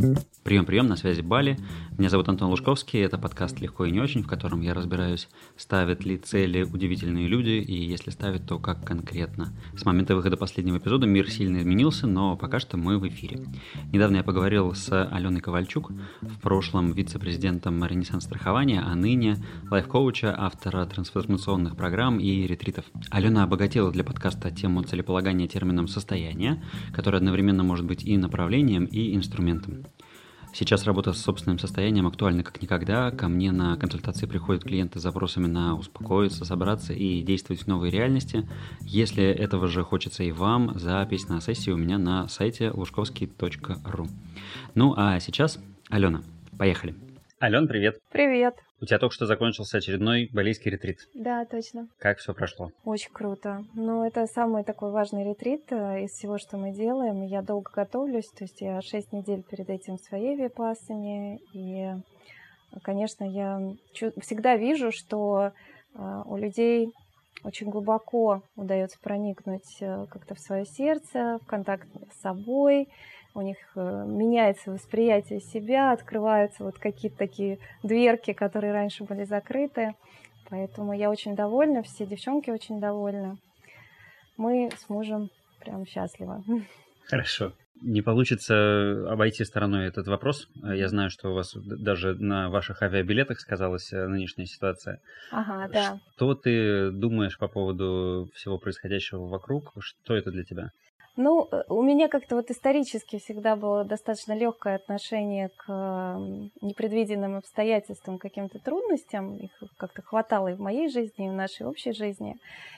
Прием, на связи Бали. Меня зовут Антон Лужковский, это подкаст «Легко и не очень», в котором я разбираюсь, ставят ли цели удивительные люди, и если ставят, то как конкретно. С момента выхода последнего эпизода мир сильно изменился, но пока что мы в эфире. Недавно я поговорил с Аленой Ковальчук, в прошлом вице-президентом Ренессанс страхования, а ныне лайф-коуча, автора трансформационных программ и ретритов. Алена обогатила для подкаста тему целеполагания термином «состояние», которое одновременно может быть и направлением, и инструментом. Сейчас работа с собственным состоянием актуальна как никогда. Ко мне на консультации приходят клиенты с запросами на успокоиться, собраться и действовать в новой реальности. Если этого же хочется и вам, запись на сессию у меня на сайте лужковский.ру. Ну а сейчас, Алена, поехали. Ален, привет. Привет. У тебя только что закончился очередной балийский ретрит. Да, точно. Как все прошло? Очень круто. Ну, это самый такой важный ретрит из всего, что мы делаем. Я долго готовлюсь, то есть я 6 недель перед этим в своей випассане. И, конечно, я всегда вижу, что у людей очень глубоко удается проникнуть как-то в свое сердце, в контакт с собой. У них меняется восприятие себя, открываются вот какие-то такие дверки, которые раньше были закрыты. Поэтому я очень довольна, все девчонки очень довольны. Мы с мужем прям счастливы. Хорошо. Не получится обойти стороной этот вопрос. Я знаю, что у вас даже на ваших авиабилетах сказалась нынешняя ситуация. Ага, да. Что ты думаешь по поводу всего происходящего вокруг? Что это для тебя? Ну, у меня как-то вот исторически всегда было достаточно легкое отношение к непредвиденным обстоятельствам, каким-то трудностям. Их как-то хватало и в моей жизни, и в нашей общей жизни.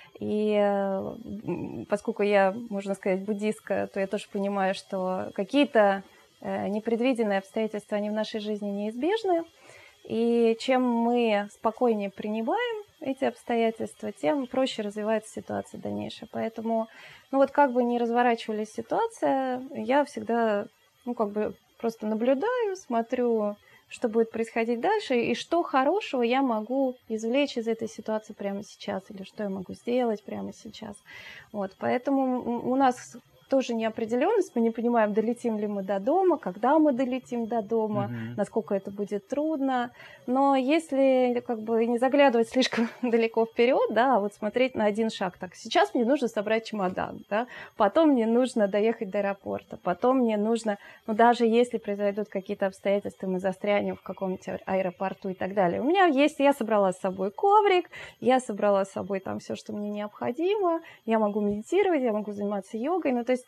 И поскольку я, можно сказать, буддистка, то я тоже понимаю, что какие-то непредвиденные обстоятельства, они в нашей жизни неизбежны. И чем мы спокойнее принимаем эти обстоятельства, тем проще развивается ситуация дальнейшая. Поэтому, ну вот как бы ни разворачивалась ситуация, я всегда, просто наблюдаю, смотрю, что будет происходить дальше, и что хорошего я могу извлечь из этой ситуации прямо сейчас, или что я могу сделать прямо сейчас. Вот, поэтому у нас тоже неопределенность, мы не понимаем, долетим ли мы до дома, когда мы долетим до дома, насколько это будет трудно. Но если не заглядывать слишком далеко вперед, да, а вот смотреть на один шаг, так, сейчас мне нужно собрать чемодан, да, потом мне нужно доехать до аэропорта, потом мне нужно, даже если произойдут какие-то обстоятельства, мы застрянем в каком-нибудь аэропорту и так далее. У меня есть, я собрала с собой коврик, я собрала с собой там все, что мне необходимо, я могу медитировать, я могу заниматься йогой, то есть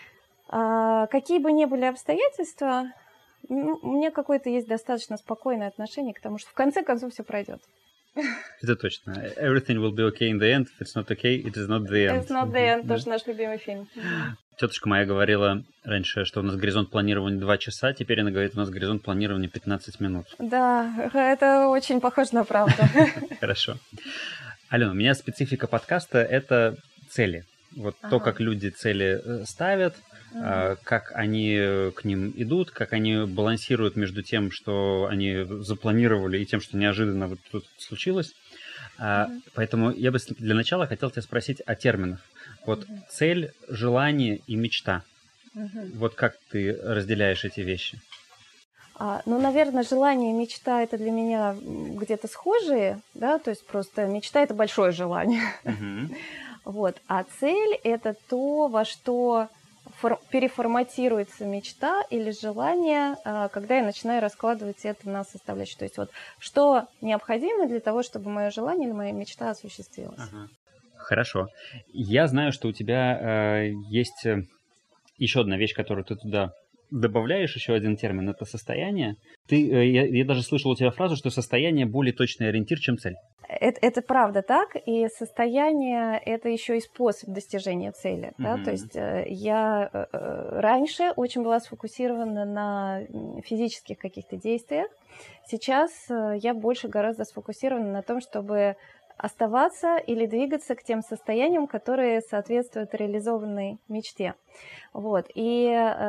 какие бы ни были обстоятельства, у меня какое-то есть достаточно спокойное отношение к тому, что в конце концов все пройдет. Это точно. Everything will be okay in the end. If it's not okay, it is not the end. It's not the end, тоже наш любимый фильм. Тетушка моя говорила раньше, что у нас горизонт планирования 2 часа, теперь она говорит, у нас горизонт планирования 15 минут. Да, это очень похоже на правду. Хорошо. Алена, у меня специфика подкаста – это цели. Вот то, как люди цели ставят, как они к ним идут, как они балансируют между тем, что они запланировали, и тем, что неожиданно вот тут случилось. Поэтому я бы для начала хотел тебя спросить о терминах. Вот цель, желание и мечта. Вот как ты разделяешь эти вещи? Наверное, желание и мечта – это для меня где-то схожие, да, то есть просто мечта – это большое желание. Вот. А цель – это то, во что переформатируется мечта или желание, когда я начинаю раскладывать это на составляющие. То есть вот что необходимо для того, чтобы мое желание или моя мечта осуществилась. Хорошо. Я знаю, что у тебя есть еще одна вещь, которую ты туда добавляешь, еще один термин – это состояние. Я даже слышал у тебя фразу, что состояние более точный ориентир, чем цель. Это правда так, и состояние – это еще и способ достижения цели. Да? То есть я раньше очень была сфокусирована на физических каких-то действиях. Сейчас я больше гораздо сфокусирована на том, чтобы оставаться или двигаться к тем состояниям, которые соответствуют реализованной мечте. Вот. И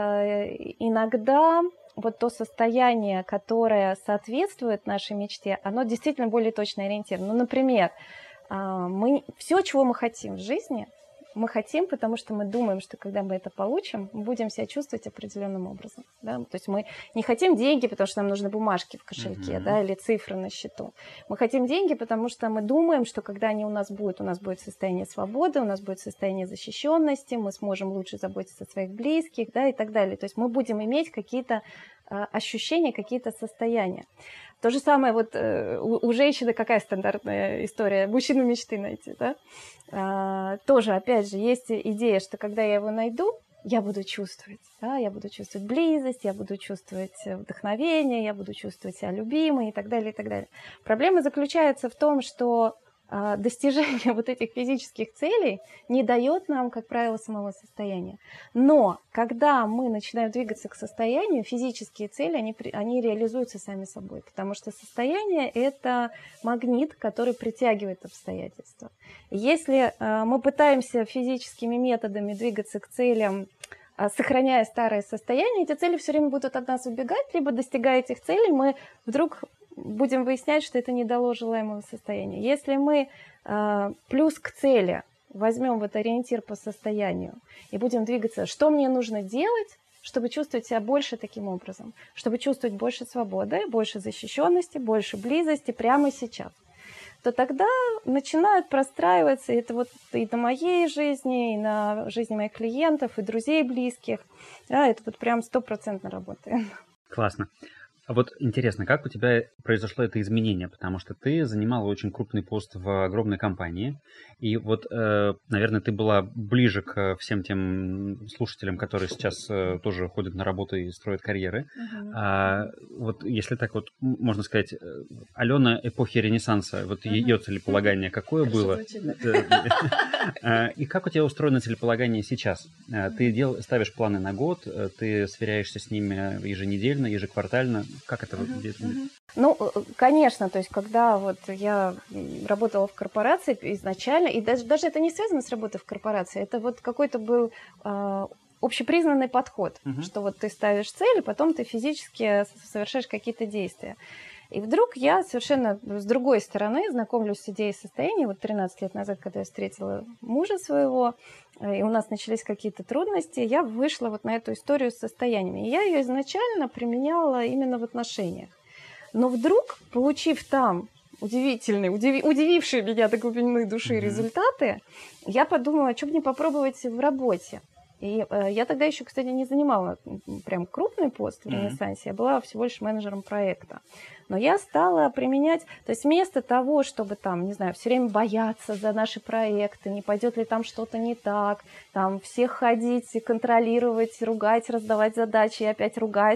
иногда вот то состояние, которое соответствует нашей мечте, оно действительно более точно ориентировано. Например, все, чего мы хотим в жизни, Мы хотим, потому что мы думаем, что когда мы это получим, мы будем себя чувствовать определенным образом. Да? То есть мы не хотим деньги, потому что нам нужны бумажки в кошельке, да, или цифры на счету. Мы хотим деньги, потому что мы думаем, что когда они у нас будет состояние свободы, у нас будет состояние защищенности, мы сможем лучше заботиться о своих близких, да, и так далее. То есть мы будем иметь какие-то ощущения, какие-то состояния. То же самое вот у женщины какая стандартная история? Мужчину мечты найти, да? Тоже, опять же, есть идея, что когда я его найду, я буду чувствовать, да? Я буду чувствовать близость, я буду чувствовать вдохновение, я буду чувствовать себя любимой и так далее, и так далее. Проблема заключается в том, что достижение вот этих физических целей не дает нам, как правило, самого состояния. Но когда мы начинаем двигаться к состоянию, физические цели, они реализуются сами собой, потому что состояние – это магнит, который притягивает обстоятельства. Если мы пытаемся физическими методами двигаться к целям, сохраняя старое состояние, эти цели все время будут от нас убегать, либо достигая этих целей, мы вдруг будем выяснять, что это не дало желаемого состояния. Если мы плюс к цели возьмем вот ориентир по состоянию и будем двигаться, что мне нужно делать, чтобы чувствовать себя больше таким образом, чтобы чувствовать больше свободы, больше защищенности, больше близости прямо сейчас, то тогда начинают простраиваться, это вот и на моей жизни, и на жизни моих клиентов, и друзей близких, да, это вот прям 100% работает. Классно. А вот интересно, как у тебя произошло это изменение? Потому что ты занимала очень крупный пост в огромной компании, и вот, наверное, ты была ближе к всем тем слушателям, которые сейчас тоже ходят на работу и строят карьеры. Вот если так вот можно сказать, Алена эпохи Ренессанса, вот ее целеполагание какое было? И как у тебя устроено целеполагание сейчас? Ты ставишь планы на год, ты сверяешься с ними еженедельно, ежеквартально. Как это выглядит? Ну, конечно, то есть когда вот я работала в корпорации изначально, и даже это не связано с работой в корпорации, это вот какой-то был общепризнанный подход, что вот ты ставишь цель, и потом ты физически совершаешь какие-то действия. И вдруг я совершенно с другой стороны знакомлюсь с идеей состояния. Вот 13 лет назад, когда я встретила мужа своего, и у нас начались какие-то трудности, я вышла вот на эту историю с состояниями. И я ее изначально применяла именно в отношениях. Но вдруг, получив там удивившие меня до глубины души результаты, я подумала, а что бы не попробовать в работе. И я тогда еще, кстати, не занимала прям крупный пост в Ренессансе, я была всего лишь менеджером проекта. Но я стала применять, то есть вместо того, чтобы там, не знаю, все время бояться за наши проекты, не пойдет ли там что-то не так, там всех ходить, контролировать, ругать, раздавать задачи и опять ругать,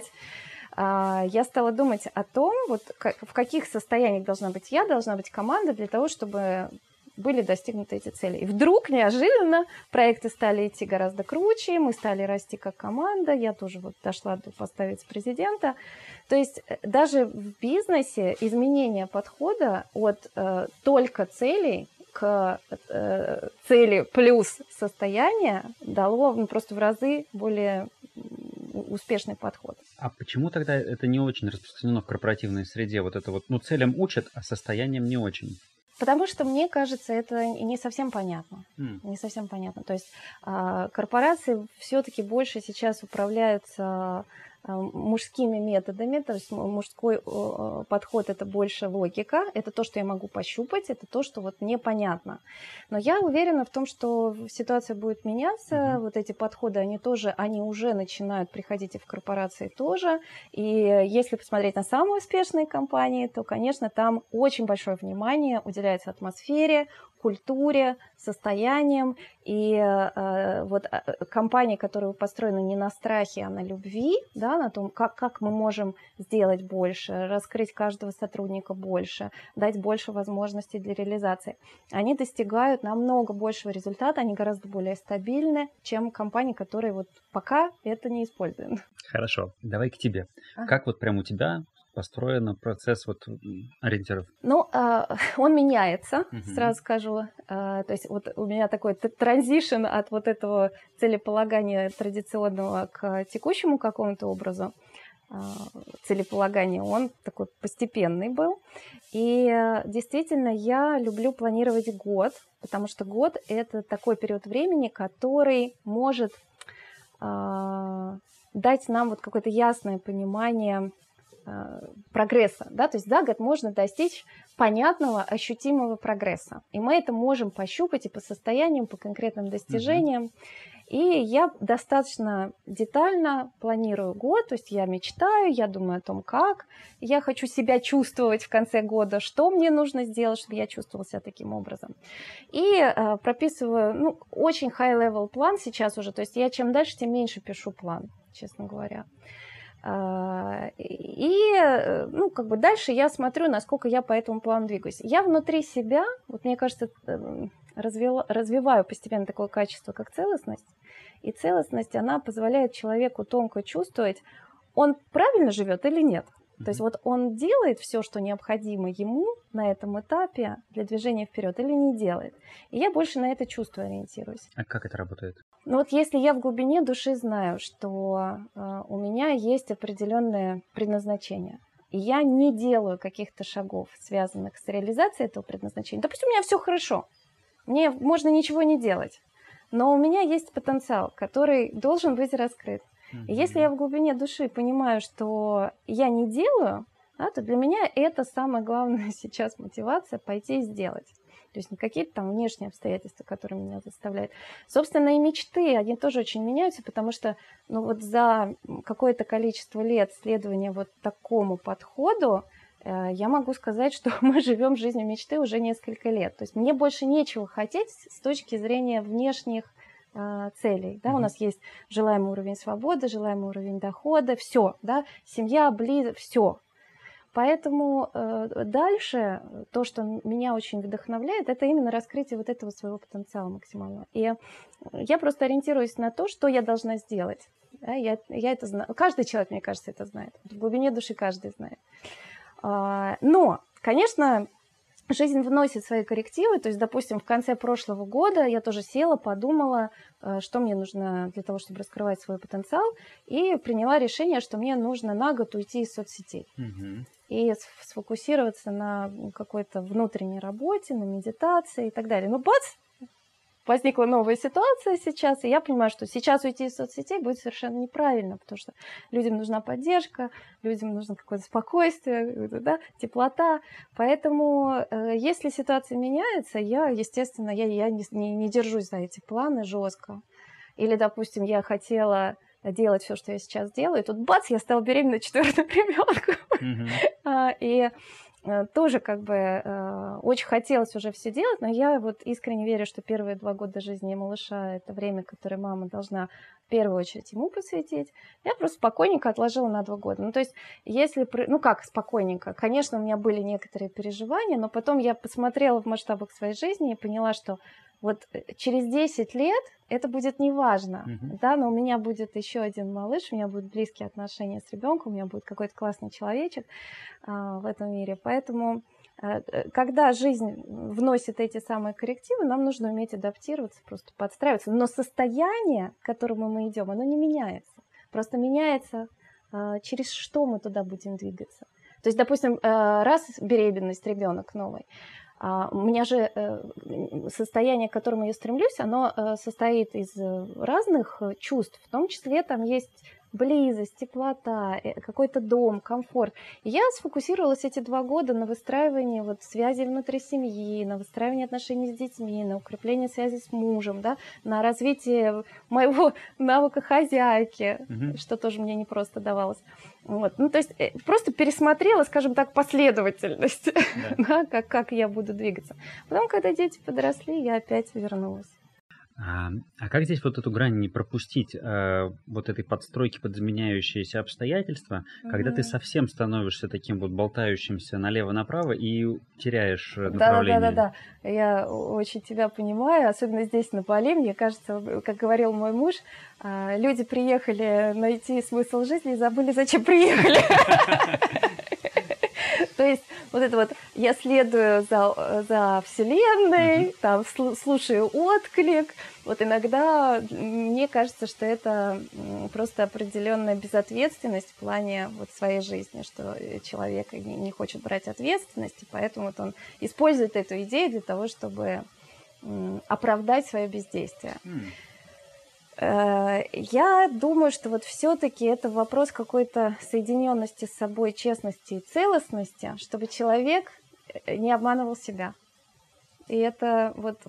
я стала думать о том, вот в каких состояниях должна быть я, должна быть команда для того, чтобы были достигнуты эти цели. И вдруг, неожиданно, проекты стали идти гораздо круче, мы стали расти как команда, я тоже вот дошла до поста вице-президента. То есть даже в бизнесе изменение подхода от только целей к цели плюс состояние дало просто в разы более успешный подход. А почему тогда это не очень распространено в корпоративной среде? Вот это вот, целям учат, а состоянием не очень. Потому что, мне кажется, это не совсем понятно. Не совсем понятно. То есть корпорации все-таки больше сейчас управляются мужскими методами, то есть мужской подход – это больше логика, это то, что я могу пощупать, это то, что вот мне понятно. Но я уверена в том, что ситуация будет меняться, вот эти подходы, они уже начинают приходить и в корпорации тоже, и если посмотреть на самые успешные компании, то, конечно, там очень большое внимание уделяется атмосфере, культуре, состояниям. И вот компании, которые построены не на страхе, а на любви, да, на том, как мы можем сделать больше, раскрыть каждого сотрудника больше, дать больше возможностей для реализации, они достигают намного большего результата, они гораздо более стабильны, чем компании, которые вот пока это не используют. Хорошо, давай к тебе. Как вот прямо у тебя построен процесс вот ориентиров? Ну, он меняется, сразу скажу. То есть вот у меня такой транзишн от вот этого целеполагания традиционного к текущему какому-то образу. целеполагания, он такой постепенный был. И действительно, я люблю планировать год, потому что год – это такой период времени, который может дать нам вот какое-то ясное понимание прогресса. Да? То есть за год можно достичь понятного, ощутимого прогресса. И мы это можем пощупать и по состояниям, по конкретным достижениям. И я достаточно детально планирую год, то есть я мечтаю, я думаю о том, как я хочу себя чувствовать в конце года, что мне нужно сделать, чтобы я чувствовала себя таким образом. И прописываю очень high-level план сейчас уже, то есть я чем дальше, тем меньше пишу план, честно говоря. И дальше я смотрю, насколько я по этому плану двигаюсь. Я внутри себя, вот мне кажется, развиваю постепенно такое качество, как целостность. И целостность, она позволяет человеку тонко чувствовать, он правильно живет или нет. То есть вот он делает все, что необходимо ему на этом этапе для движения вперед, или не делает. И я больше на это чувство ориентируюсь. А как это работает? Вот если я в глубине души знаю, что у меня есть определенное предназначение, и я не делаю каких-то шагов, связанных с реализацией этого предназначения, допустим, у меня все хорошо, мне можно ничего не делать, но у меня есть потенциал, который должен быть раскрыт. И если я в глубине души понимаю, что я не делаю, то для меня это самая главная сейчас мотивация пойти и сделать. То есть не какие-то там внешние обстоятельства, которые меня заставляют. Собственно, и мечты, они тоже очень меняются, потому что за какое-то количество лет следования вот такому подходу я могу сказать, что мы живем жизнью мечты уже несколько лет. То есть мне больше нечего хотеть с точки зрения внешних целей. Да? У нас есть желаемый уровень свободы, желаемый уровень дохода, все, да? Семья, близость, все. Поэтому дальше то, что меня очень вдохновляет, это именно раскрытие вот этого своего потенциала максимального. И я просто ориентируюсь на то, что я должна сделать. Да? Я это знаю. Каждый человек, мне кажется, это знает. В глубине души каждый знает. Но, конечно, жизнь вносит свои коррективы, то есть, допустим, в конце прошлого года я тоже села, подумала, что мне нужно для того, чтобы раскрывать свой потенциал, и приняла решение, что мне нужно на год уйти из соцсетей. И сфокусироваться на какой-то внутренней работе, на медитации и так далее. Но бац! Возникла новая ситуация сейчас, и я понимаю, что сейчас уйти из соцсетей будет совершенно неправильно, потому что людям нужна поддержка, людям нужно какое-то спокойствие, да, теплота. Поэтому, если ситуация меняется, я, естественно, я не держусь за эти планы жестко. Или, допустим, я хотела делать все, что я сейчас делаю, и тут бац, я стала беременна 4-м ребенком. И тоже очень хотелось уже все делать, но я вот искренне верю, что первые 2 года жизни малыша – это время, которое мама должна в первую очередь ему посвятить. Я просто спокойненько отложила на 2 года. То есть, если, как спокойненько? Конечно, у меня были некоторые переживания, но потом я посмотрела в масштабах своей жизни и поняла, что вот через 10 лет это будет неважно, да, но у меня будет еще один малыш, у меня будут близкие отношения с ребенком, у меня будет какой-то классный человечек в этом мире. Поэтому, когда жизнь вносит эти самые коррективы, нам нужно уметь адаптироваться, просто подстраиваться. Но состояние, к которому мы идем, оно не меняется. Просто меняется, через что мы туда будем двигаться. То есть, допустим, раз беременность, ребенок новый, у меня же состояние, к которому я стремлюсь, оно состоит из разных чувств, в том числе там есть близость, теплота, какой-то дом, комфорт. И я сфокусировалась эти 2 года на выстраивании вот связи внутри семьи, на выстраивании отношений с детьми, на укреплении связи с мужем, да, на развитии моего навыка хозяйки, что тоже мне не просто давалось. Вот. То есть просто пересмотрела, скажем так, последовательность, да, как я буду двигаться. Потом, когда дети подросли, я опять вернулась. А как здесь вот эту грань не пропустить, вот этой подстройки под изменяющиеся обстоятельства, когда ты совсем становишься таким вот болтающимся налево-направо и теряешь направление? Да. Я очень тебя понимаю, особенно здесь, на Бали. Мне кажется, как говорил мой муж, люди приехали найти смысл жизни и забыли, зачем приехали. То есть вот это вот я следую за Вселенной, там слушаю отклик. Вот иногда мне кажется, что это просто определенная безответственность в плане вот своей жизни, что человек не хочет брать ответственность, и поэтому вот он использует эту идею для того, чтобы оправдать свое бездействие. Я думаю, что вот все-таки это вопрос какой-то соединенности с собой, честности и целостности, чтобы человек не обманывал себя. И это вот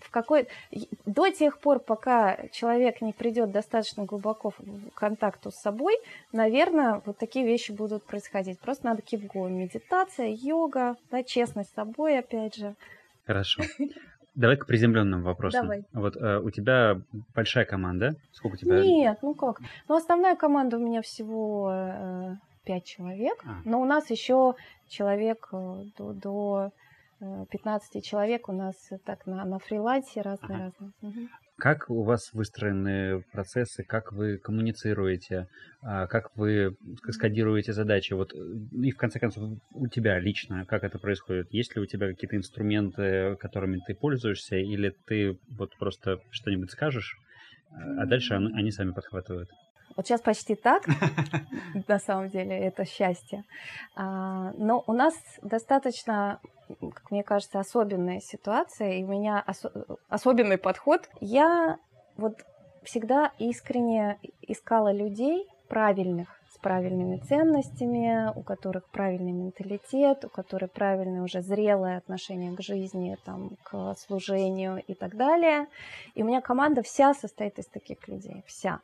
до тех пор, пока человек не придет достаточно глубоко в контакту с собой, наверное, вот такие вещи будут происходить. Просто надо keep going. Медитация, йога, да, честность с собой, опять же. Хорошо. Давай к приземленным вопросам. Давай. Вот у тебя большая команда. Сколько у тебя? Нет, ну как? Ну, основная команда у меня всего 5 человек, но у нас еще человек до 15 человек у нас так на фрилансе разные. Угу. Как у вас выстроены процессы, как вы коммуницируете, как вы каскадируете задачи? Вот, и в конце концов, у тебя лично, как это происходит? Есть ли у тебя какие-то инструменты, которыми ты пользуешься, или ты вот просто что-нибудь скажешь, а дальше они сами подхватывают? Вот сейчас почти так, на самом деле, это счастье. Но у нас достаточно, как мне кажется, особенная ситуация, и у меня особенный подход. Я вот всегда искренне искала людей правильных, с правильными ценностями, у которых правильный менталитет, у которых правильное уже зрелое отношение к жизни, там, к служению и так далее. И у меня команда вся состоит из таких людей, вся.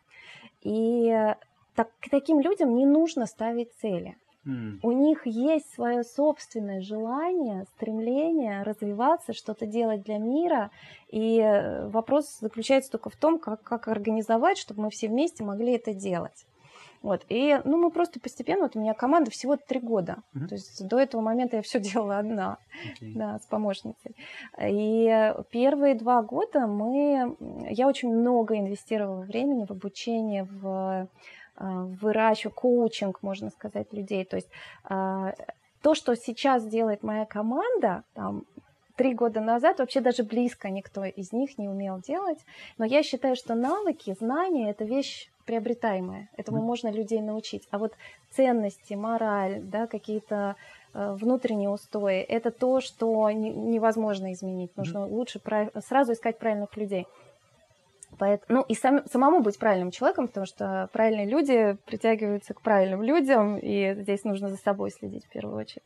И к таким людям не нужно ставить цели. У них есть свое собственное желание, стремление развиваться, что-то делать для мира. И вопрос заключается только в том, как организовать, чтобы мы все вместе могли это делать. Вот. И мы просто постепенно, вот у меня команда всего 3 года. То есть до этого момента я все делала одна, да, с помощницей. И первые 2 года я очень много инвестировала времени в обучение, в выращивание, коучинг, можно сказать, людей. То есть то, что сейчас делает моя команда, там, 3 года назад вообще даже близко никто из них не умел делать. Но я считаю, что навыки, знания – это вещь приобретаемая. Этому можно людей научить. А вот ценности, мораль, да, какие-то внутренние устои – это то, что невозможно изменить. Нужно лучше сразу искать правильных людей. И самому быть правильным человеком, потому что правильные люди притягиваются к правильным людям, и здесь нужно за собой следить в первую очередь.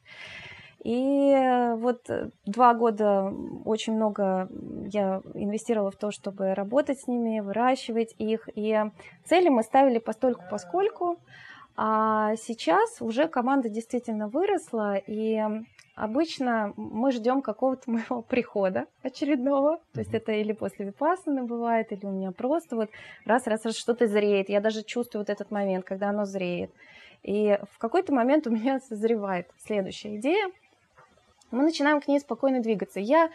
И вот 2 года очень много я инвестировала в то, чтобы работать с ними, выращивать их. И цели мы ставили постольку-поскольку. А сейчас уже команда действительно выросла, и обычно мы ждем какого-то моего прихода очередного. То есть это или после випассаны бывает, или у меня просто вот раз что-то зреет. Я даже чувствую вот этот момент, когда оно зреет. И в какой-то момент у меня созревает следующая идея. Мы начинаем к ней спокойно двигаться. Я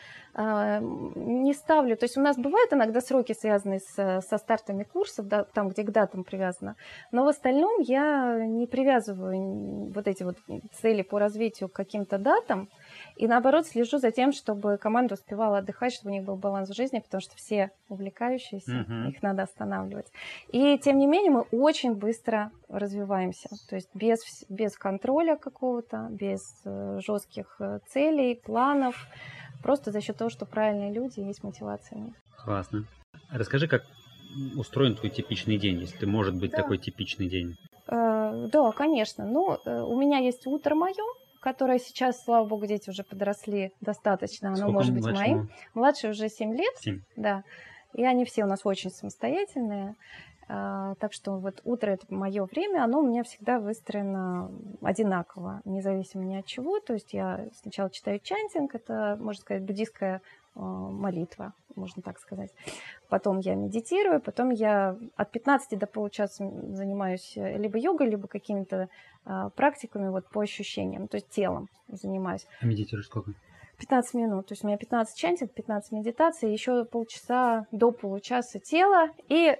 не ставлю... То есть у нас бывают иногда сроки, связанные со стартами курсов, да, там, где к датам привязано. Но в остальном я не привязываю вот эти вот цели по развитию к каким-то датам. И наоборот слежу за тем, чтобы команда успевала отдыхать, чтобы у них был баланс в жизни, потому что все увлекающиеся, их надо останавливать. И тем не менее мы очень быстро развиваемся. То есть без контроля какого-то, без жестких целей, планов. Просто за счет того, что правильные люди, есть мотивация. Классно. Расскажи, как устроен твой типичный день, если может быть такой типичный день? Да, конечно. У меня есть утро мое, которое сейчас, слава богу, дети уже подросли достаточно. Оно Сколько может быть младшему? моим. Младший уже 7 лет. 7. Да. И они все у нас очень самостоятельные. Так что вот утро – это мое время, оно у меня всегда выстроено одинаково, независимо ни от чего. То есть я сначала читаю чантинг, это, можно сказать, буддийская молитва, можно так сказать. Потом я медитирую, потом я от 15 до получаса занимаюсь либо йогой, либо какими-то практиками вот, по ощущениям, то есть телом занимаюсь. А медитируешь сколько? 15 минут. То есть у меня 15 чантинг, 15 медитаций, еще полчаса до получаса тела. И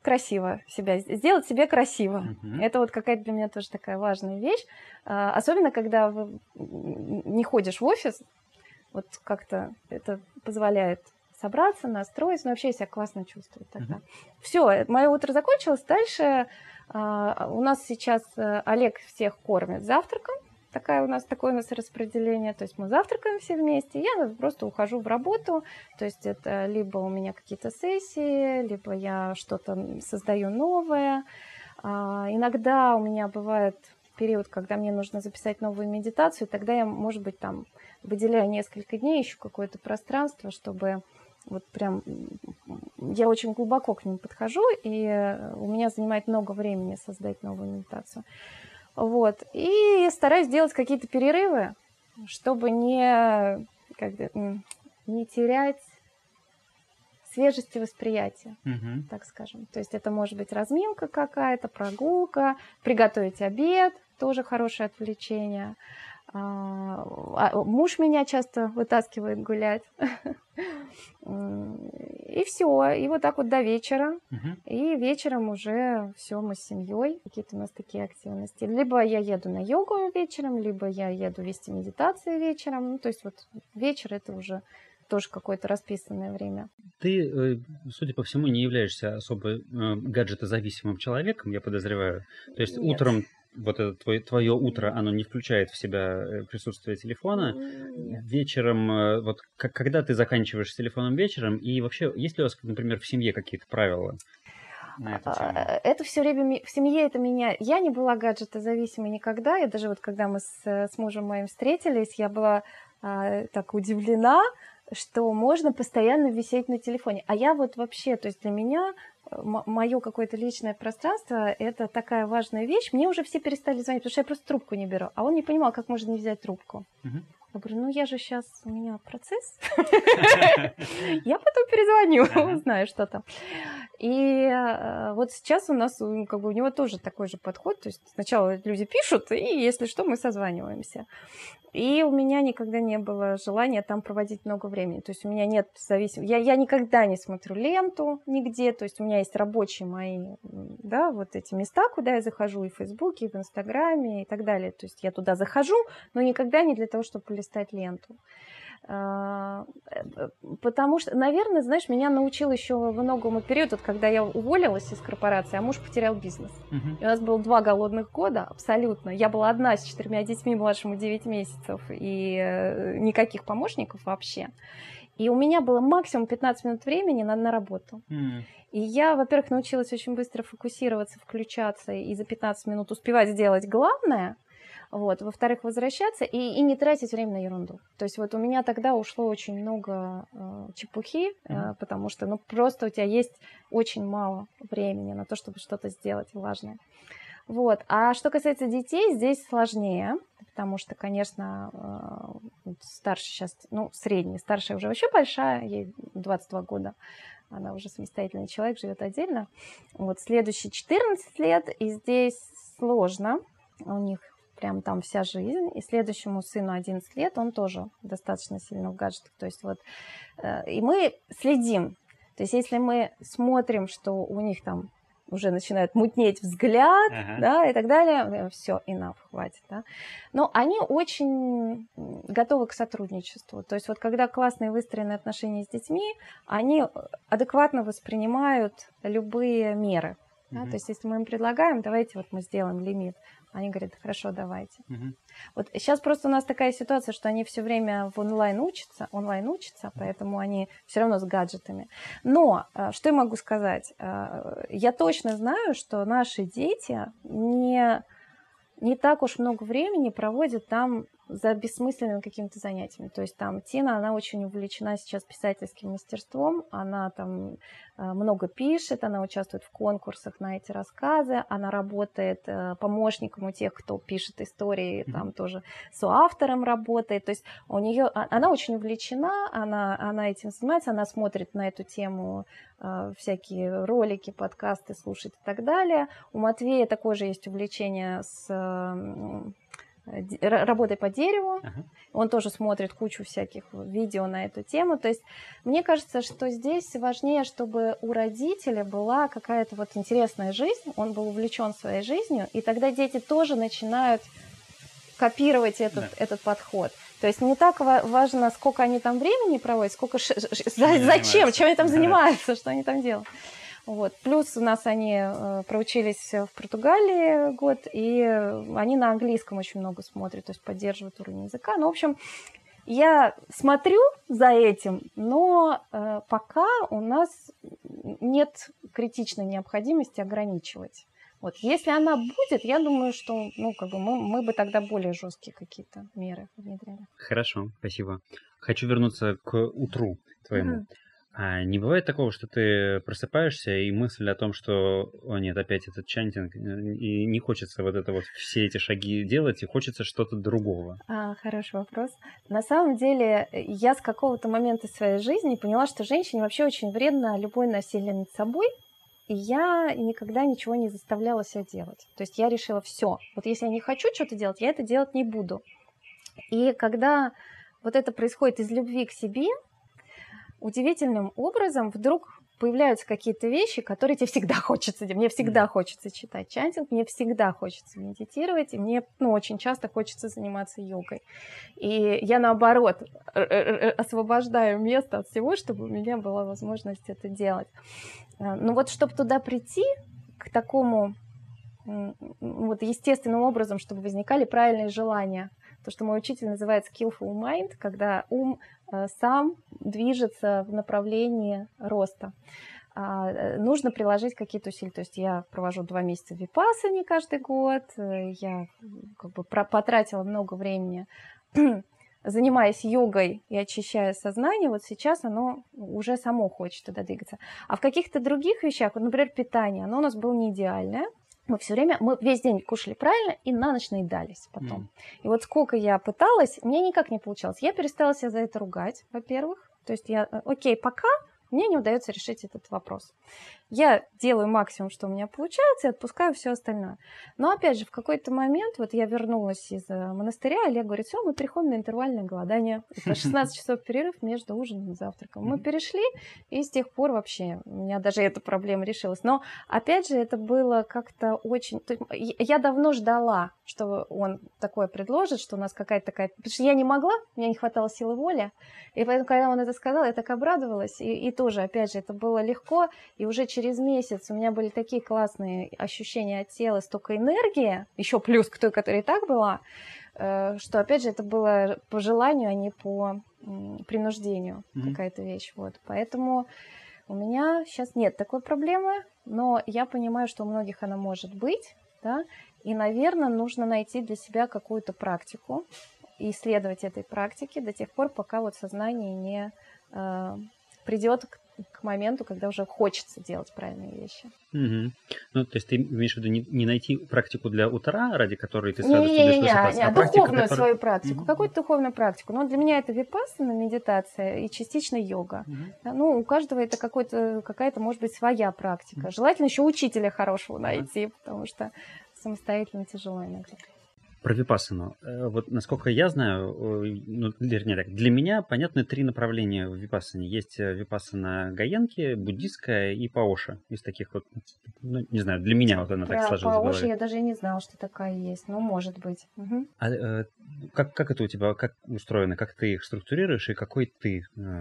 красиво себя, сделать себе красиво. Это вот какая-то для меня тоже такая важная вещь. Особенно, когда не ходишь в офис, вот как-то это позволяет собраться, настроиться, но вообще я себя классно чувствую тогда. Все, мое утро закончилось. Дальше у нас сейчас Олег всех кормит завтраком. Такое у нас распределение. То есть мы завтракаем все вместе, я просто ухожу в работу. То есть это либо у меня какие-то сессии, либо я что-то создаю новое. Иногда у меня бывает период, когда мне нужно записать новую медитацию, тогда я, может быть, там выделяю несколько дней, ищу какое-то пространство, чтобы вот прям я очень глубоко к ним подхожу, и у меня занимает много времени создать новую медитацию. Вот. И стараюсь делать какие-то перерывы, чтобы не терять свежести восприятия, так скажем. То есть это может быть разминка какая-то, прогулка, приготовить обед, тоже хорошее отвлечение. Муж меня часто вытаскивает гулять. И все. И вот так вот до вечера. И вечером уже все, мы с семьей. Какие-то у нас такие активности. Либо я еду на йогу вечером, либо я еду вести медитации вечером. Ну, то есть вот вечер это уже тоже какое-то расписанное время. Ты, судя по всему, не являешься особо гаджетозависимым человеком, я подозреваю. То есть Нет. утром вот это твое утро, оно не включает в себя присутствие телефона. Нет. Вечером, вот когда ты заканчиваешь с телефоном вечером, и вообще, есть ли у вас, например, в семье какие-то правила на эту тему? Это все время в семье это меня. Я не была гаджетозависимой никогда. Я даже вот когда мы с мужем моим встретились, я была так удивлена, что можно постоянно висеть на телефоне. А я вот вообще, то есть для меня мое какое-то личное пространство – это такая важная вещь. Мне уже все перестали звонить, потому что я просто трубку не беру. А он не понимал, как можно не взять трубку. Я говорю, ну я же сейчас, у меня процесс. Я потом перезвоню, узнаю, что там. И вот сейчас у нас, как бы у него тоже такой же подход. То есть сначала люди пишут, и если что, мы созваниваемся. И у меня никогда не было желания там проводить много времени. То есть у меня нет зависимости. Я никогда не смотрю ленту нигде. То есть у меня есть рабочие мои, да, вот эти места, куда я захожу и в Фейсбуке, и в Инстаграме, и так далее. То есть я туда захожу, но никогда не для того, чтобы полистать ленту. Потому что, наверное, знаешь, меня научил еще многому период, вот, когда я уволилась из корпорации, а муж потерял бизнес. И у нас было 2 голодных года, абсолютно. Я была одна с 4 детьми, младшему 9 месяцев, и никаких помощников вообще. И у меня было максимум 15 минут времени на работу. И я, во-первых, научилась очень быстро фокусироваться, включаться и за 15 минут успевать сделать главное. Вот. Во-вторых, возвращаться и не тратить время на ерунду. То есть вот у меня тогда ушло очень много чепухи, потому что ну, просто у тебя есть очень мало времени на то, чтобы что-то сделать важное. Вот. А что касается детей, здесь сложнее, потому что, конечно, старшая сейчас, ну, средняя, старшая уже вообще большая, ей 22 года, она уже самостоятельный человек, живет отдельно. Вот. Следующий 14 лет, и здесь сложно, у них прям там вся жизнь. И следующему сыну 11 лет, он тоже достаточно сильно в гаджетах. То есть вот, и мы следим. То есть если мы смотрим, что у них там уже начинает мутнеть взгляд, да, и так далее, все, enough, хватит, да. Но они очень готовы к сотрудничеству. То есть вот когда классные выстроенные отношения с детьми, они адекватно воспринимают любые меры. Да? То есть если мы им предлагаем, давайте вот мы сделаем лимит, они говорят, хорошо, давайте. Вот сейчас просто у нас такая ситуация, что они все время в онлайн учатся, поэтому они все равно с гаджетами. Но что я могу сказать? Я точно знаю, что наши дети не так уж много времени проводят там за бессмысленными какими-то занятиями. То есть там Тина, она очень увлечена сейчас писательским мастерством, она там много пишет, она участвует в конкурсах на эти рассказы, она работает помощником у тех, кто пишет истории, там тоже соавтором работает. То есть у нее, она очень увлечена, она этим занимается, она смотрит на эту тему всякие ролики, подкасты, слушает и так далее. У Матвея такое же есть увлечение с работой по дереву. Он тоже смотрит кучу всяких видео на эту тему. То есть мне кажется, что здесь важнее, чтобы у родителя была какая-то вот интересная жизнь, он был увлечен своей жизнью, и тогда дети тоже начинают копировать этот подход. То есть не так важно, сколько они там времени проводят, сколько зачем, чем они там занимаются, что они там делают. Вот. Плюс у нас они проучились в Португалии год, и они на английском очень много смотрят, то есть поддерживают уровень языка. Ну, в общем, я смотрю за этим, но пока у нас нет критичной необходимости ограничивать. Вот. Если она будет, я думаю, что мы бы тогда более жесткие какие-то меры внедряли. Хорошо, спасибо. Хочу вернуться к утру твоему. А не бывает такого, что ты просыпаешься, и мысль о том, что, о нет, опять этот чантинг, и не хочется вот это вот все эти шаги делать, и хочется что-то другого? Хороший вопрос. На самом деле, я с какого-то момента своей жизни поняла, что женщине вообще очень вредно любое насилие над собой, и я никогда ничего не заставляла себя делать. То есть я решила, все, вот если я не хочу что-то делать, я это делать не буду. И когда вот это происходит из любви к себе, удивительным образом вдруг появляются какие-то вещи, которые тебе всегда хочется делать. Мне всегда хочется читать чантинг, мне всегда хочется медитировать, и мне очень часто хочется заниматься йогой. И я, наоборот, освобождаю место от всего, чтобы у меня была возможность это делать. Но вот чтобы туда прийти, к такому естественным образом, чтобы возникали правильные желания, то, что мой учитель называет skillful mind, когда ум сам движется в направлении роста. Нужно приложить какие-то усилия. То есть я провожу 2 месяца в випассане каждый год, я потратила много времени, занимаясь йогой и очищая сознание, вот сейчас оно уже само хочет туда двигаться. А в каких-то других вещах, например, питание, оно у нас было не идеальное. Мы весь день кушали правильно и на ночь наедались потом. И вот сколько я пыталась, мне никак не получалось. Я перестала себя за это ругать, во-первых. То есть пока мне не удается решить этот вопрос. Я делаю максимум, что у меня получается, и отпускаю все остальное. Но опять же, в какой-то момент, вот я вернулась из монастыря, Олег говорит, все, мы переходим на интервальное голодание. Это 16 часов перерыв между ужином и завтраком. Мы перешли, и с тех пор вообще у меня даже эта проблема решилась. Но опять же, это было как-то очень... Я давно ждала, что он такое предложит, что у нас какая-то такая... Потому что я не могла, у меня не хватало силы воли. И поэтому, когда он это сказал, я так обрадовалась. И тоже, опять же, это было легко. И уже через месяц у меня были такие классные ощущения от тела, столько энергии, еще плюс к той, которая и так была, что, опять же, это было по желанию, а не по принуждению какая-то вещь. Вот. Поэтому у меня сейчас нет такой проблемы, но я понимаю, что у многих она может быть, да, и, наверное, нужно найти для себя какую-то практику и исследовать этой практике до тех пор, пока вот сознание не придет к моменту, когда уже хочется делать правильные вещи. Ну, то есть ты имеешь в виду не найти практику для утра, ради которой ты сразу будешь высыпаться, а духовную свою практику, какую-то духовную практику. Но для меня это випассана, медитация и частично йога. Ну, у каждого это какая-то, может быть, своя практика. Желательно еще учителя хорошего найти, потому что самостоятельно тяжело иногда. Про випассану. Вот насколько я знаю, вернее так, для меня понятны 3 направления в випассане. Есть випассана Гаенки, буддистская и Паоша. Из таких вот, не знаю, для меня вот она так сложилась в голове. Паоша я даже и не знала, что такая есть. Ну, может быть. А как это у тебя, как устроено, как ты их структурируешь и какой ты?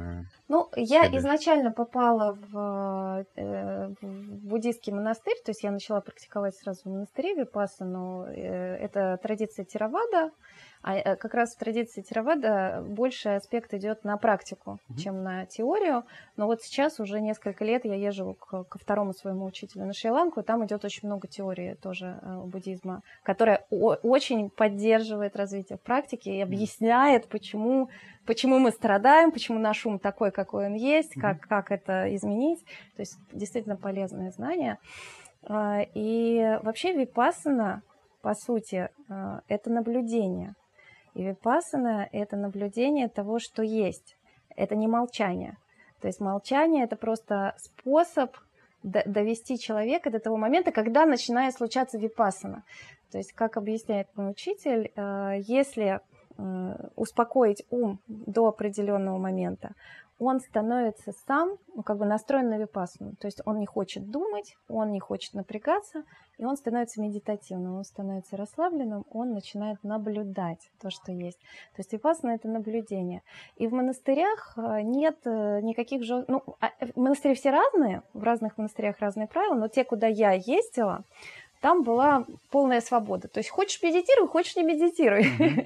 Я изначально попала в буддийский монастырь, то есть я начала практиковать сразу в монастыре випассану. Это традиция Theravada, а как раз в традиции Theravada больше аспект идет на практику, чем на теорию. Но вот сейчас уже несколько лет я езжу ко второму своему учителю на Шри-Ланку, и там идет очень много теории тоже буддизма, которая очень поддерживает развитие практики и объясняет, почему мы страдаем, почему наш ум такой, какой он есть, как это изменить. То есть действительно полезное знание. И вообще випассана, по сути, это наблюдение. И випассана – это наблюдение того, что есть. Это не молчание. То есть молчание – это просто способ довести человека до того момента, когда начинает случаться випассана. То есть, как объясняет мой учитель, если успокоить ум до определенного момента, он становится сам настроен на випассану. То есть он не хочет думать, он не хочет напрягаться, и он становится медитативным, он становится расслабленным, он начинает наблюдать то, что есть. То есть випассана — это наблюдение. И в монастырях нет никаких... монастыри все разные, в разных монастырях разные правила, но те, куда я ездила, там была полная свобода. То есть хочешь — медитируй, хочешь — не медитируй.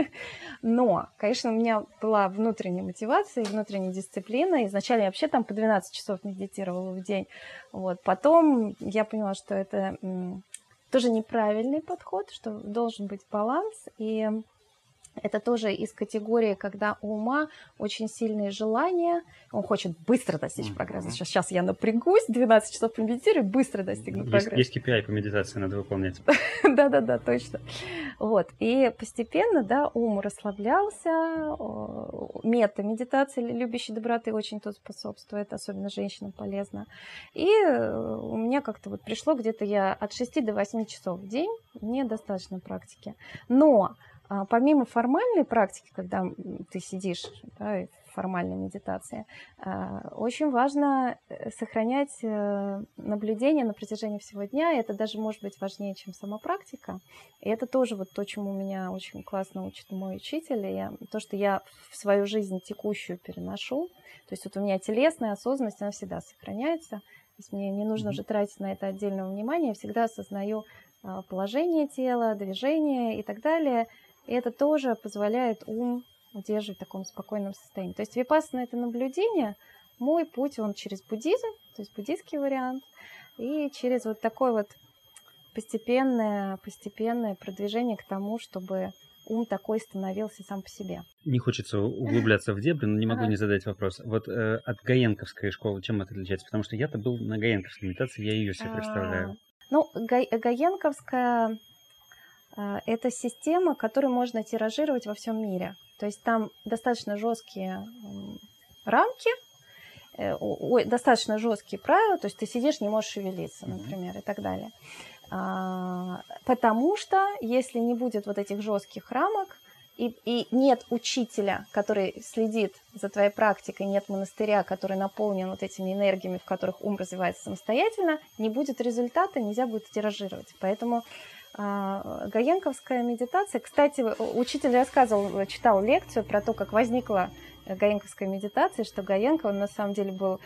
Но, конечно, у меня была внутренняя мотивация и внутренняя дисциплина. Изначально я вообще там по 12 часов медитировала в день. Вот. Потом я поняла, что это тоже неправильный подход, что должен быть баланс. И это тоже из категории, когда у ума очень сильные желания, он хочет быстро достичь прогресса. Сейчас я напрягусь, 12 часов помедитирую, быстро достигну прогресса. Есть KPI по медитации, надо выполнять. Да, точно. Вот. И постепенно, да, ум расслаблялся, мета-медитация любящей доброты очень тут способствует, особенно женщинам полезно. И у меня как-то вот пришло где-то я от 6 до 8 часов в день, мне достаточно практики. Но помимо формальной практики, когда ты сидишь, да, в формальной медитации, очень важно сохранять наблюдение на протяжении всего дня. И это даже может быть важнее, чем сама практика. И это тоже вот то, чему меня очень классно учит мой учитель. И то, что я в свою жизнь текущую переношу. То есть вот у меня телесная осознанность, она всегда сохраняется. То есть мне не нужно уже тратить на это отдельного внимания. Я всегда осознаю положение тела, движение и так далее. И это тоже позволяет ум удерживать в таком спокойном состоянии. То есть випассана — это наблюдение. Мой путь, он через буддизм, то есть буддийский вариант, и через вот такое вот постепенное продвижение к тому, чтобы ум такой становился сам по себе. Не хочется углубляться в дебри, но не могу не задать вопрос. Вот от гаенковской школы чем это отличается? Потому что я-то был на гаенковской медитации, я ее себе представляю. Гаенковская — это система, которую можно тиражировать во всем мире. То есть там достаточно жесткие рамки, достаточно жесткие правила, то есть ты сидишь, не можешь шевелиться, например, и так далее. Потому что если не будет вот этих жестких рамок, и нет учителя, который следит за твоей практикой, нет монастыря, который наполнен вот этими энергиями, в которых ум развивается самостоятельно, не будет результата, нельзя будет тиражировать. Поэтому гаенковская медитация, кстати, учитель рассказывал, читал лекцию про то, как возникла гаенковская медитация, что Гаенко, он на самом деле был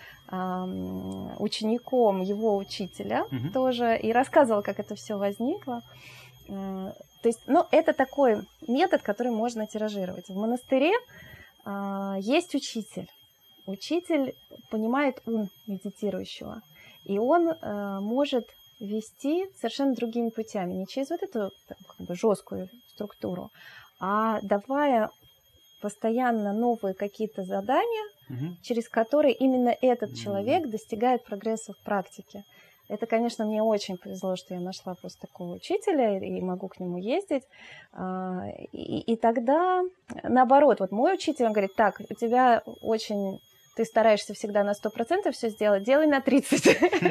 учеником его учителя тоже, и рассказывал, как это все возникло. То есть, это такой метод, который можно тиражировать. В монастыре есть учитель. Учитель понимает ум медитирующего, и он может вести совершенно другими путями, не через вот эту жесткую структуру, а давая постоянно новые какие-то задания, через которые именно этот человек достигает прогресса в практике. Это, конечно, мне очень повезло, что я нашла просто такого учителя и могу к нему ездить. И тогда, наоборот, вот мой учитель, он говорит: так, у тебя ты стараешься всегда на 100% все сделать, делай на 30.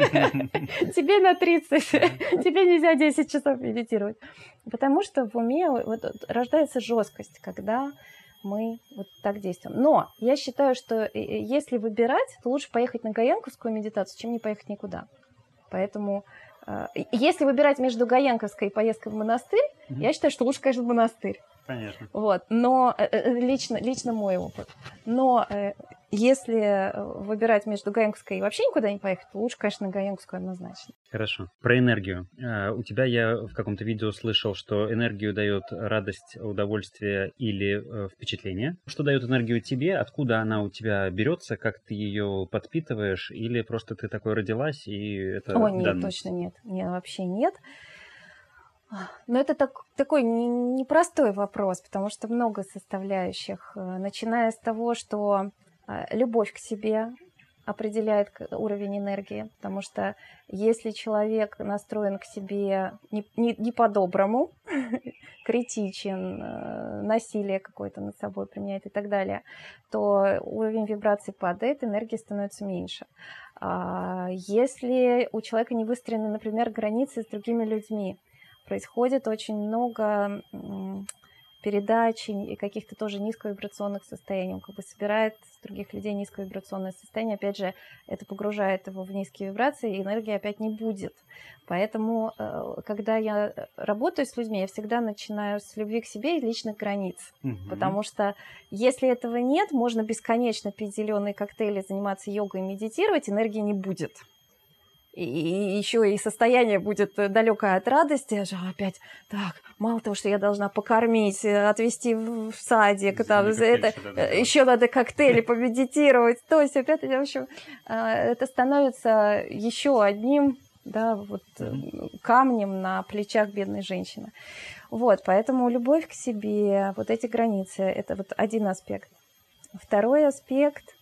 Тебе на 30. Тебе нельзя 10 часов медитировать. Потому что в уме рождается жесткость, когда мы вот так действуем. Но я считаю, что если выбирать, то лучше поехать на гаенковскую медитацию, чем не поехать никуда. Поэтому если выбирать между гаенковской и поездкой в монастырь, я считаю, что лучше, конечно, в монастырь. Конечно. Вот. Но лично мой опыт. Но если выбирать между гаенковской и вообще никуда не поехать, то лучше, конечно, на гаенковскую однозначно. Хорошо. Про энергию. У тебя я в каком-то видео слышал, что энергию дает радость, удовольствие или впечатление. Что дает энергию тебе? Откуда она у тебя берется? Как ты ее подпитываешь? Или просто ты такой родилась и это нет, данность? Точно нет. Нет, вообще нет. Но это такой непростой вопрос, потому что много составляющих, начиная с того, что любовь к себе определяет уровень энергии, потому что если человек настроен к себе не по-доброму, критичен, насилие какое-то над собой применяет и так далее, то уровень вибраций падает, энергии становится меньше. Если у человека не выстроены, например, границы с другими людьми, происходит очень много передач и каких-то тоже низковибрационных состояний. Он как бы собирает с других людей низковибрационное состояние. Опять же, это погружает его в низкие вибрации, и энергии опять не будет. Поэтому, когда я работаю с людьми, я всегда начинаю с любви к себе и личных границ. Потому что если этого нет, можно бесконечно пить зеленые коктейли, заниматься йогой и медитировать, энергии не будет. И еще и состояние будет далекое от радости. Опять, так, мало того, что я должна покормить, отвезти в садик, там, еще надо коктейли помедитировать. То есть, опять, в общем, это становится еще одним, да, вот, камнем на плечах бедной женщины. Вот, поэтому любовь к себе, вот эти границы, это вот один аспект. Второй аспект –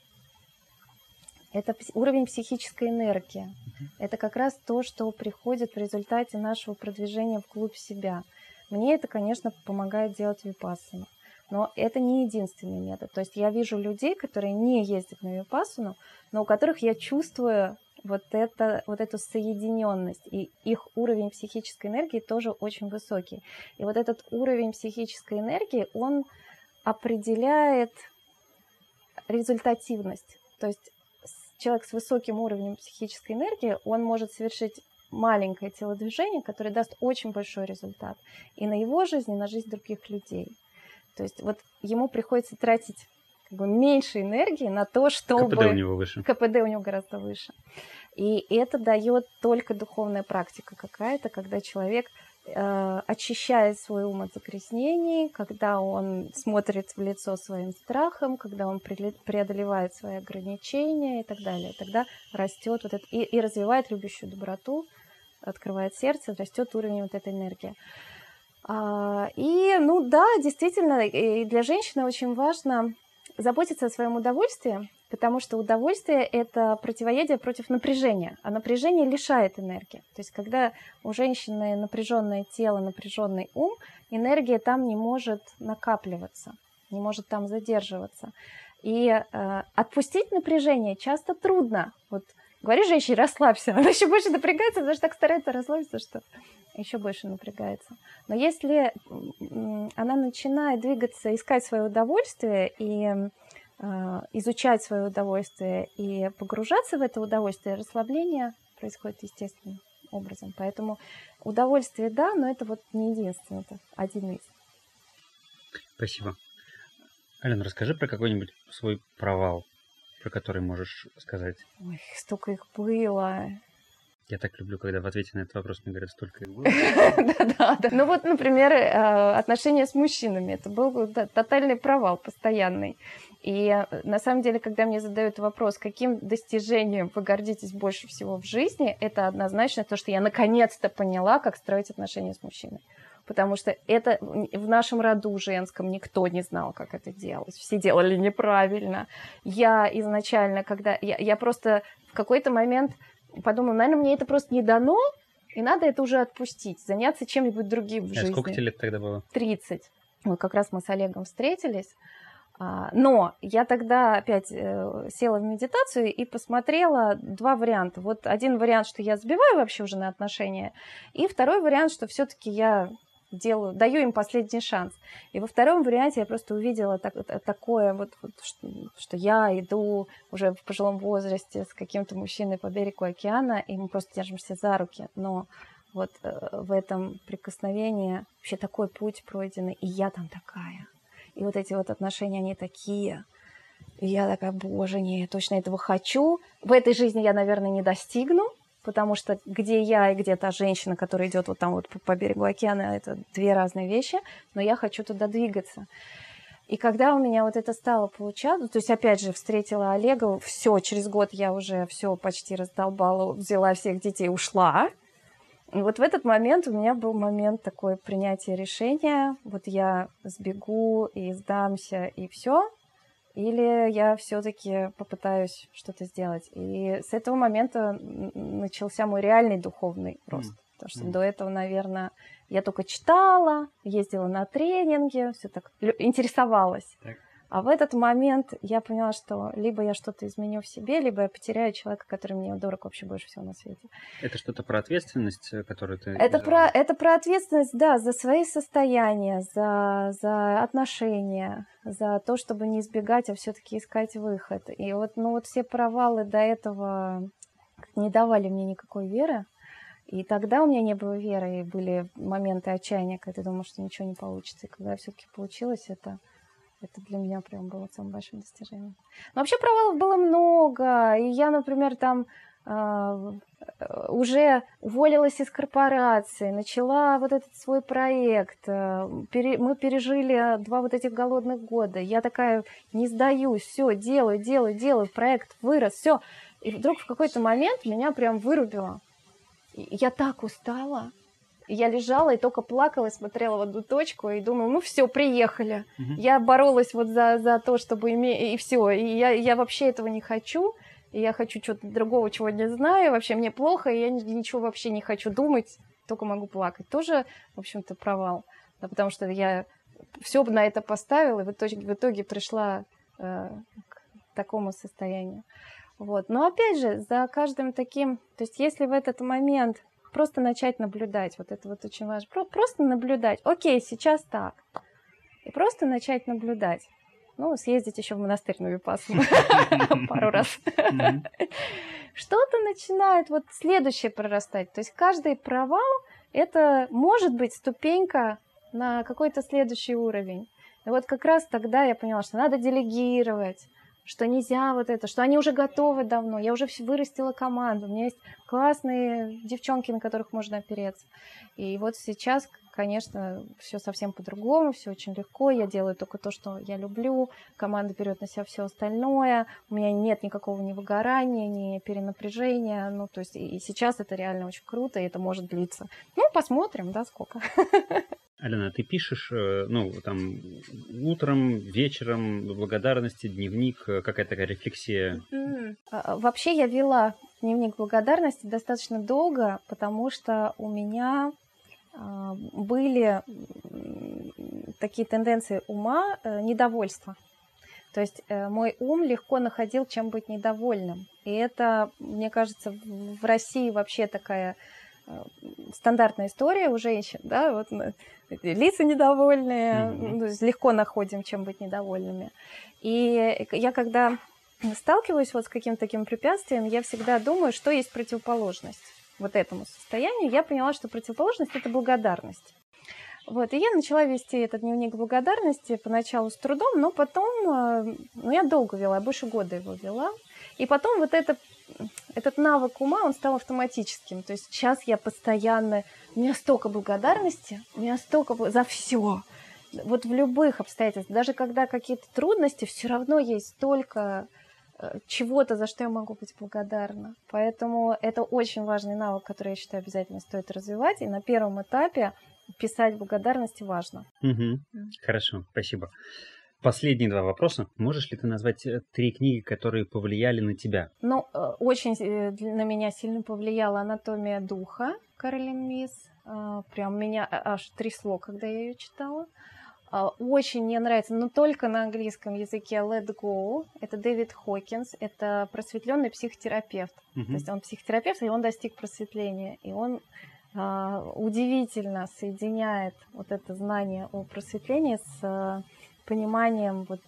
это уровень психической энергии. Это как раз то, что приходит в результате нашего продвижения вглубь себя. Мне это, конечно, помогает делать випассану. Но это не единственный метод. То есть я вижу людей, которые не ездят на випассану, но у которых я чувствую вот эту соединенность. И их уровень психической энергии тоже очень высокий. И вот этот уровень психической энергии, он определяет результативность. То есть человек с высоким уровнем психической энергии, он может совершить маленькое телодвижение, которое даст очень большой результат и на его жизнь, и на жизнь других людей. То есть вот ему приходится тратить как бы меньше энергии на то, чтобы... КПД у него выше. КПД у него гораздо выше. И это дает только духовная практика какая-то, когда человек очищает свой ум от загрязнений, когда он смотрит в лицо своим страхам, когда он преодолевает свои ограничения и так далее. Тогда растет вот это, и развивает любящую доброту, открывает сердце, растет уровень вот этой энергии. И, ну да, действительно, и для женщины очень важно заботиться о своем удовольствии, потому что удовольствие – это противоядие против напряжения, а напряжение лишает энергии. То есть когда у женщины напряженное тело, напряженный ум, энергия там не может накапливаться, не может там задерживаться. И отпустить напряжение часто трудно. Вот говоришь женщине: расслабься, она еще больше напрягается, потому что так старается расслабиться, что еще больше напрягается. Но если она начинает двигаться, искать свое удовольствие и изучать свое удовольствие и погружаться в это удовольствие, расслабление происходит естественным образом. Поэтому удовольствие, да, но это вот не единственное, это один из. Спасибо. Алена, расскажи про какой-нибудь свой провал, про который можешь сказать. Ой, столько их было. Я так люблю, когда в ответе на этот вопрос мне говорят: столько их было. Да. Ну вот, например, отношения с мужчинами. Это был тотальный провал постоянный. И на самом деле, когда мне задают вопрос, каким достижением вы гордитесь больше всего в жизни, это однозначно то, что я наконец-то поняла, как строить отношения с мужчиной. Потому что это в нашем роду женском никто не знал, как это делать. Все делали неправильно. Я изначально, когда... Я просто в какой-то момент подумала, наверное, мне это просто не дано, и надо это уже отпустить, заняться чем-нибудь другим в жизни. Сколько тебе лет тогда было? 30. Вот как раз мы с Олегом встретились. Но я тогда опять села в медитацию и посмотрела два варианта. Вот один вариант, что я сбиваю вообще уже на отношения, и второй вариант, что все-таки я даю им последний шанс. И во втором варианте я просто увидела такое, что я иду уже в пожилом возрасте с каким-то мужчиной по берегу океана, и мы просто держимся за руки. Но вот в этом прикосновении вообще такой путь пройденный, и я там такая. И вот эти вот отношения, они такие. И я такая: боже, не, я точно этого хочу. В этой жизни я, наверное, не достигну, потому что где я и где та женщина, которая идет вот там вот по берегу океана, это две разные вещи, но я хочу туда двигаться. И когда у меня вот это стало получаться, то есть опять же встретила Олега, все, через год я уже все почти раздолбала, взяла всех детей, ушла. И вот в этот момент у меня был момент такое принятия решения, вот я сбегу и сдамся и все, или я все-таки попытаюсь что-то сделать. И с этого момента начался мой реальный духовный рост. Потому что до этого, наверное, я только читала, ездила на тренинги, все так интересовалась. Так. А в этот момент я поняла, что либо я что-то изменю в себе, либо я потеряю человека, который мне дорог вообще больше всего на свете. Это что-то про ответственность, которую ты Это взяла? это про ответственность, да, за свои состояния, за отношения, за то, чтобы не избегать, а все-таки искать выход. И вот, ну вот все провалы до этого не давали мне никакой веры. И тогда у меня не было веры, и были моменты отчаяния, когда я думала, что ничего не получится. И когда все-таки получилось, это для меня прям было самым большим достижением. Но вообще провалов было много. И я, например, там уже уволилась из корпорации, начала вот этот свой проект. Мы пережили 2 вот этих голодных года. Я такая, не сдаюсь, все, делаю, проект вырос, все. И вдруг в какой-то момент меня прям вырубило. И я так устала. Я лежала и только плакала, смотрела в одну точку и думала, ну все, приехали. Я боролась вот за то, чтобы иметь, и все. И я вообще этого не хочу. И я хочу чего-то другого, чего не знаю. Вообще мне плохо, и я ничего вообще не хочу думать, только могу плакать. Тоже, в общем-то, провал. Да, потому что я все на это поставила, и в итоге пришла к такому состоянию. Вот. Но опять же, за каждым таким... То есть если в этот момент просто начать наблюдать, вот это вот очень важно, просто наблюдать. Окей, сейчас так. И просто начать наблюдать. Ну, съездить еще в монастырь на Випассану пару раз. Что-то начинает вот следующее прорастать. То есть каждый провал – это может быть ступенька на какой-то следующий уровень. И вот как раз тогда я поняла, что надо делегировать, что нельзя вот это, что они уже готовы давно, я уже вырастила команду, у меня есть классные девчонки, на которых можно опереться. И вот сейчас, конечно, все совсем по-другому, все очень легко, я делаю только то, что я люблю, команда берет на себя все остальное, у меня нет никакого ни выгорания, ни перенапряжения, ну, то есть и сейчас это реально очень круто, и это может длиться. Ну, посмотрим, да, сколько. Алена, ты пишешь, ну, там, утром, вечером, благодарности, дневник, какая-то такая рефлексия? Вообще я вела дневник благодарности достаточно долго, потому что у меня были такие тенденции ума недовольства. То есть мой ум легко находил, чем быть недовольным. И это, мне кажется, в России вообще такая стандартная история у женщин, да, вот лица недовольные, легко находим, чем быть недовольными. И я когда сталкиваюсь вот с каким-то таким препятствием, я всегда думаю, что есть противоположность вот этому состоянию. Я поняла, что противоположность – это благодарность. Вот, и я начала вести этот дневник благодарности поначалу с трудом, но потом, ну, я долго вела, я больше года его вела. И потом вот этот навык ума, он стал автоматическим. То есть сейчас я постоянно... У меня столько благодарности, у меня столько за все. Вот в любых обстоятельствах, даже когда какие-то трудности, все равно есть столько чего-то, за что я могу быть благодарна. Поэтому это очень важный навык, который, я считаю, обязательно стоит развивать. И на первом этапе писать благодарности важно. Хорошо, спасибо. Последние 2 вопроса. Можешь ли ты назвать 3 книги, которые повлияли на тебя? Ну, очень на меня сильно повлияла «Анатомия духа» Кэролин Мисс. Прям меня аж трясло, когда я ее читала. Очень мне нравится, но только на английском языке «Let Go». Это Дэвид Хокинс, это просветленный психотерапевт. То есть он психотерапевт, и он достиг просветления. И он удивительно соединяет вот это знание о просветлении с пониманием вот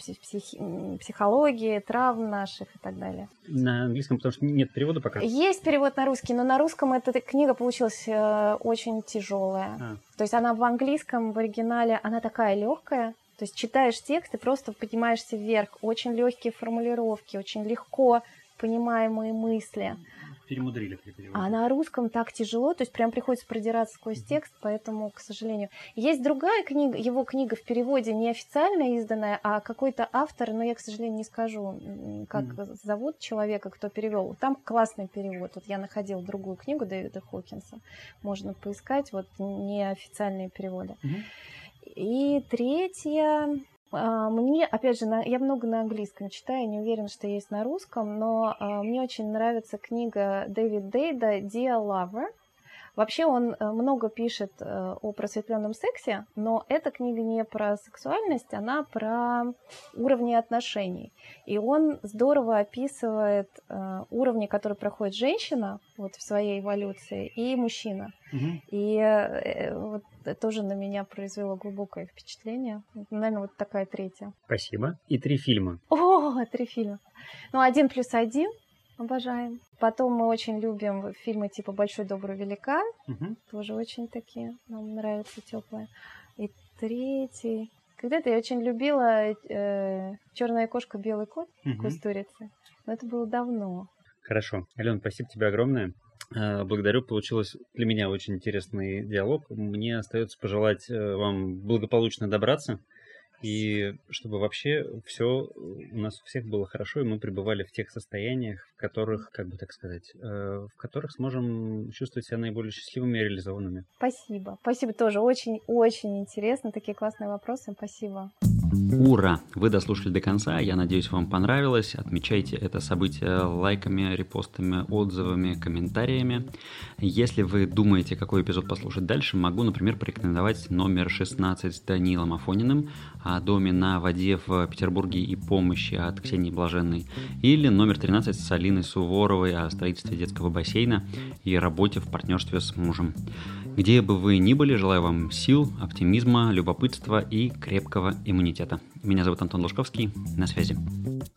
психологии, травм наших и так далее. На английском, потому что нет перевода пока? Есть перевод на русский, но на русском эта книга получилась очень тяжелая. То есть она в английском, в оригинале, она такая легкая. То есть читаешь текст и просто поднимаешься вверх. Очень легкие формулировки, очень легко понимаемые мысли. Перемудрили при переводе. А на русском так тяжело, то есть прям приходится продираться сквозь текст, поэтому, к сожалению. Есть другая книга, его книга в переводе не официально изданная, а какой-то автор, но я, к сожалению, не скажу, как зовут человека, кто перевел. Там классный перевод. Вот я находила другую книгу Дэвида Хокинса. Можно поискать, вот неофициальные переводы. И третья... Мне, опять же, я много на английском читаю, не уверена, что есть на русском, но мне очень нравится книга Дэвида Дейда «Dear Lover». Вообще он много пишет о просветленном сексе, но эта книга не про сексуальность, она про уровни отношений. И он здорово описывает уровни, которые проходит женщина вот в своей эволюции, и мужчина. И вот это тоже на меня произвело глубокое впечатление. Наверное, вот такая третья. Спасибо. И 3 фильма. О, 3 фильма. Ну, 1+1. Обожаем. Потом мы очень любим фильмы типа «Большой добрый великан». Тоже очень такие нам нравятся, теплые. И 3. Когда-то я очень любила «Черная кошка, белый кот» Кустурицы. Но это было давно. Хорошо. Алена, спасибо тебе огромное. Благодарю. Получилось для меня очень интересный диалог. Мне остается пожелать вам благополучно добраться. И чтобы вообще все у нас у всех было хорошо, и мы пребывали в тех состояниях, в которых, как бы так сказать, в которых сможем чувствовать себя наиболее счастливыми и реализованными. Спасибо. Спасибо тоже. Очень-очень интересно. Такие классные вопросы. Спасибо. Ура! Вы дослушали до конца. Я надеюсь, вам понравилось. Отмечайте это событие лайками, репостами, отзывами, комментариями. Если вы думаете, какой эпизод послушать дальше, могу, например, порекомендовать номер 16 с Данилом Афониным о доме на воде в Петербурге и помощи от Ксении Блаженной, или номер 13 с Алиной Суворовой о строительстве детского бассейна и работе в партнерстве с мужем. Где бы вы ни были, желаю вам сил, оптимизма, любопытства и крепкого иммунитета. Меня зовут Антон Лужковский. На связи.